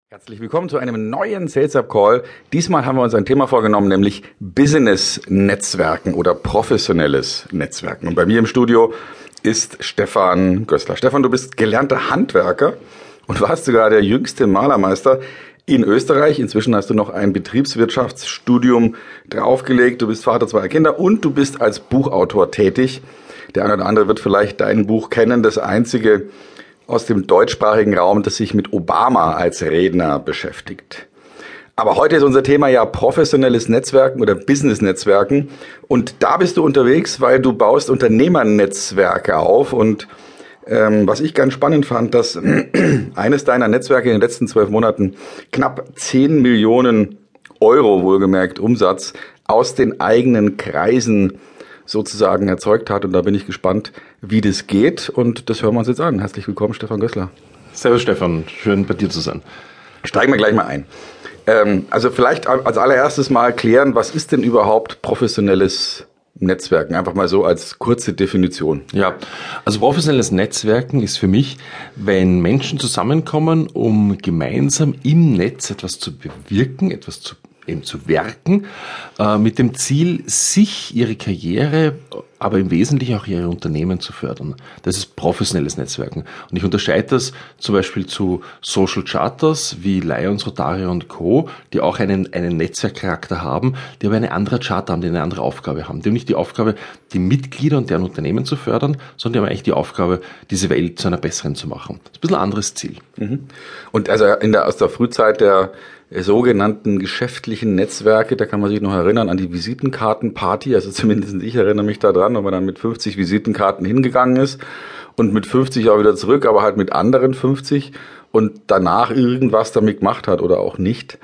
Herzlich willkommen zu einem neuen Sales Up Call. Diesmal haben wir uns ein Thema vorgenommen, nämlich Business-Netzwerken oder professionelles Netzwerken. Und bei mir im Studio ist Stefan Gößler. Stefan, du bist gelernter Handwerker und warst sogar der jüngste Malermeister in Österreich. Inzwischen hast du noch ein Betriebswirtschaftsstudium draufgelegt. Du bist Vater zweier Kinder und du bist als Buchautor tätig. Der eine oder andere wird vielleicht dein Buch kennen, das einzige aus dem deutschsprachigen Raum, das sich mit Obama als Redner beschäftigt. Aber heute ist unser Thema ja professionelles Netzwerken oder Business-Netzwerken. Und da bist du unterwegs, weil du baust Unternehmernetzwerke auf. Und was ich ganz spannend fand, dass eines deiner Netzwerke in den letzten 12 Monaten knapp 10 Millionen Euro, wohlgemerkt Umsatz, aus den eigenen Kreisen sozusagen erzeugt hat. Und da bin ich gespannt, wie das geht. Und das hören wir uns jetzt an. Herzlich willkommen, Stefan Gößler. Servus Stefan, schön bei dir zu sein. Steigen wir gleich mal ein. Also vielleicht als allererstes mal klären, was ist denn überhaupt professionelles Netzwerken? Einfach mal so als kurze Definition. Ja, also professionelles Netzwerken ist für mich, wenn Menschen zusammenkommen, um gemeinsam im Netz etwas zu bewirken, etwas zu werken, mit dem Ziel, sich ihre Karriere, aber im Wesentlichen auch ihre Unternehmen zu fördern. Das ist professionelles Netzwerken. Und ich unterscheide das zum Beispiel zu Social Charters wie Lions, Rotary und Co., die auch einen Netzwerkcharakter haben, die aber eine andere Charter haben, die eine andere Aufgabe haben. Die haben nicht die Aufgabe, die Mitglieder und deren Unternehmen zu fördern, sondern die haben eigentlich die Aufgabe, diese Welt zu einer besseren zu machen. Das ist ein bisschen ein anderes Ziel. Und also aus der Frühzeit der sogenannten geschäftlichen Netzwerke, da kann man sich noch erinnern an die Visitenkartenparty, also zumindest ich erinnere mich da dran, wenn man dann mit 50 Visitenkarten hingegangen ist und mit 50 auch wieder zurück, aber halt mit anderen 50 und danach irgendwas damit gemacht hat oder auch nicht.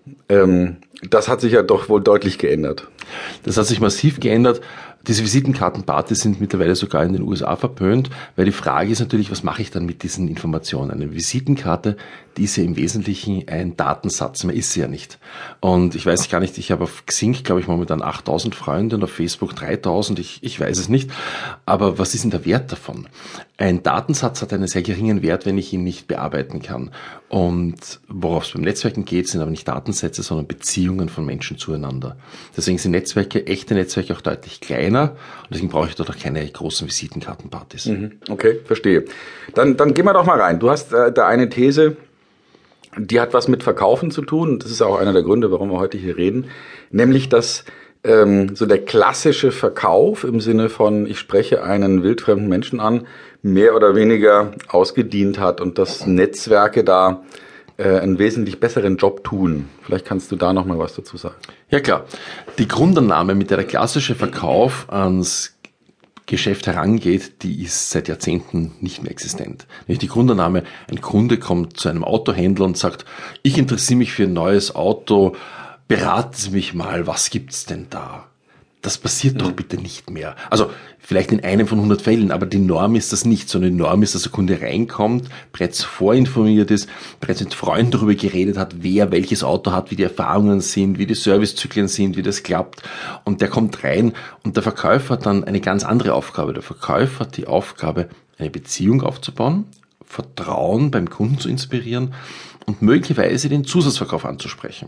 Das hat sich ja doch wohl deutlich geändert. Das hat sich massiv geändert. Diese Visitenkartenpartys sind mittlerweile sogar in den USA verpönt, weil die Frage ist natürlich, was mache ich dann mit diesen Informationen? Eine Visitenkarte, die ist ja im Wesentlichen ein Datensatz, man ist sie ja nicht. Und ich weiß gar nicht, ich habe auf Xing, glaube ich, momentan 8.000 Freunde und auf Facebook 3.000, ich weiß es nicht. Aber was ist denn der Wert davon? Ein Datensatz hat einen sehr geringen Wert, wenn ich ihn nicht bearbeiten kann. Und worauf es beim Netzwerken geht, sind aber nicht Datensätze, sondern Beziehungen von Menschen zueinander. Deswegen sind Netzwerke, echte Netzwerke auch deutlich kleiner und deswegen brauche ich dort auch keine großen Visitenkartenpartys. Okay, verstehe. Dann gehen wir doch mal rein. Du hast da eine These, die hat was mit Verkaufen zu tun und das ist auch einer der Gründe, warum wir heute hier reden, nämlich dass so der klassische Verkauf im Sinne von, ich spreche einen wildfremden Menschen an, mehr oder weniger ausgedient hat und dass Netzwerke da einen wesentlich besseren Job tun. Vielleicht kannst du da noch mal was dazu sagen. Ja klar, die Grundannahme, mit der der klassische Verkauf ans Geschäft herangeht, die ist seit Jahrzehnten nicht mehr existent. Nämlich die Grundannahme, ein Kunde kommt zu einem Autohändler und sagt, ich interessiere mich für ein neues Auto, beraten Sie mich mal, was gibt's denn da? Das passiert doch bitte nicht mehr. Also vielleicht in einem von 100 Fällen, aber die Norm ist das nicht, sondern die Norm ist, dass der Kunde reinkommt, bereits vorinformiert ist, bereits mit Freunden darüber geredet hat, wer welches Auto hat, wie die Erfahrungen sind, wie die Servicezyklen sind, wie das klappt. Und der kommt rein und der Verkäufer hat dann eine ganz andere Aufgabe. Der Verkäufer hat die Aufgabe, eine Beziehung aufzubauen, Vertrauen beim Kunden zu inspirieren und möglicherweise den Zusatzverkauf anzusprechen.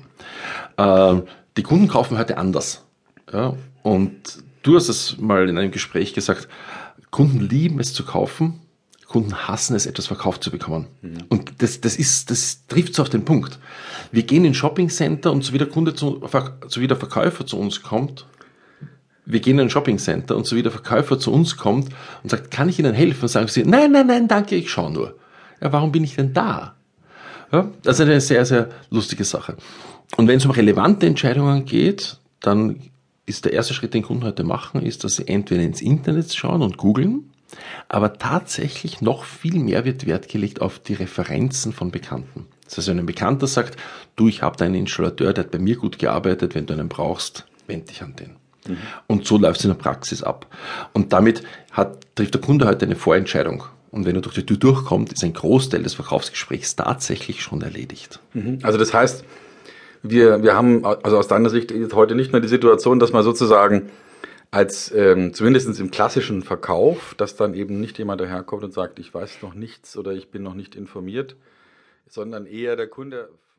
Die Kunden kaufen heute anders. Ja, und du hast es mal in einem Gespräch gesagt, Kunden lieben es zu kaufen, Kunden hassen es, etwas verkauft zu bekommen. Und das trifft es auf den Punkt. Wir gehen in ein Shoppingcenter und so wie der Verkäufer zu uns kommt, wir gehen in ein Shoppingcenter und so wie der Verkäufer zu uns kommt und sagt, kann ich Ihnen helfen? Sagen Sie, nein, danke, ich schaue nur. Ja, warum bin ich denn da? Ja, das ist eine sehr, sehr lustige Sache. Und wenn es um relevante Entscheidungen geht, dann ist der erste Schritt, den Kunden heute machen, ist, dass sie entweder ins Internet schauen und googeln, aber tatsächlich noch viel mehr wird Wert gelegt auf die Referenzen von Bekannten. Das heißt, wenn ein Bekannter sagt, du, ich habe da einen Installateur, der hat bei mir gut gearbeitet, wenn du einen brauchst, wend dich an den. Und so läuft es in der Praxis ab. Und damit trifft der Kunde heute eine Vorentscheidung. Und wenn er durch die Tür durchkommt, ist ein Großteil des Verkaufsgesprächs tatsächlich schon erledigt. Also das heißt, wir haben also aus deiner Sicht jetzt heute nicht mehr die Situation, dass man sozusagen als zumindest im klassischen Verkauf, dass dann eben nicht jemand daherkommt und sagt, ich weiß noch nichts oder ich bin noch nicht informiert, sondern eher der Kunde